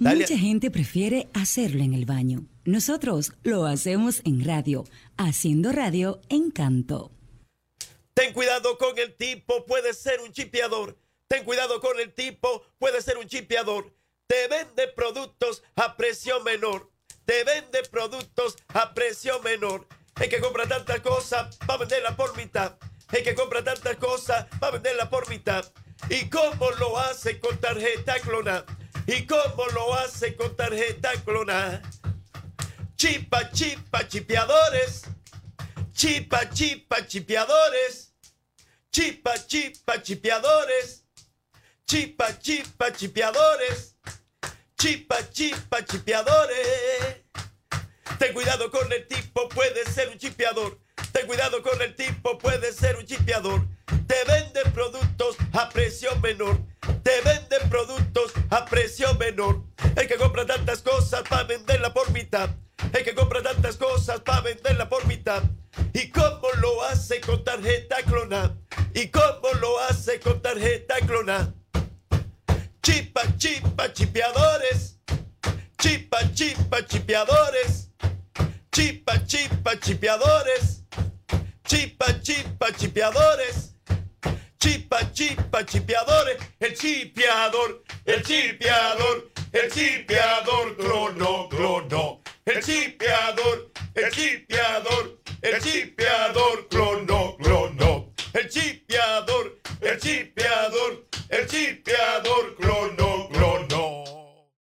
Mucha gente prefiere hacerlo en el baño. Nosotros lo hacemos en radio, haciendo radio Encanto. Ten cuidado con el tipo, puede ser un chipeador. Ten cuidado con el tipo, puede ser un chipeador. Te vende productos a precio menor. Te vende productos a precio menor. El que compra tantas cosas va a venderla por mitad. El que compra tantas cosas va a venderla por mitad. ¿Y cómo lo hace con tarjeta clona? ¿Y cómo lo hace con tarjeta clona? Chipa, chipa, chipeadores. Chipa, chipa, chipeadores. Chipa, chipa, chipeadores. Chipa, chipa, chipeadores. Chipa, chipa, chipeadores. Ten cuidado con el tipo, puede ser un chipeador. Ten cuidado con el tipo, puede ser un chipeador. Te vende productos a precio menor. Te vende productos a precio menor. El que compra tantas cosas para venderla por mitad. El que compra tantas cosas para venderla por mitad. ¿Y cómo lo hace con tarjeta clona? ¿Y cómo lo hace con tarjeta clona? Chipa, chipa, chipeadores. Chipa, chipa, chipeadores. Chipa, chipa, chipeadores. Chipa, chipa, chipeadores. Chipa, chipa, chipeadores. El chipeador, el chipeador, el chipeador, clono, clono. El chipeador, el chipeador.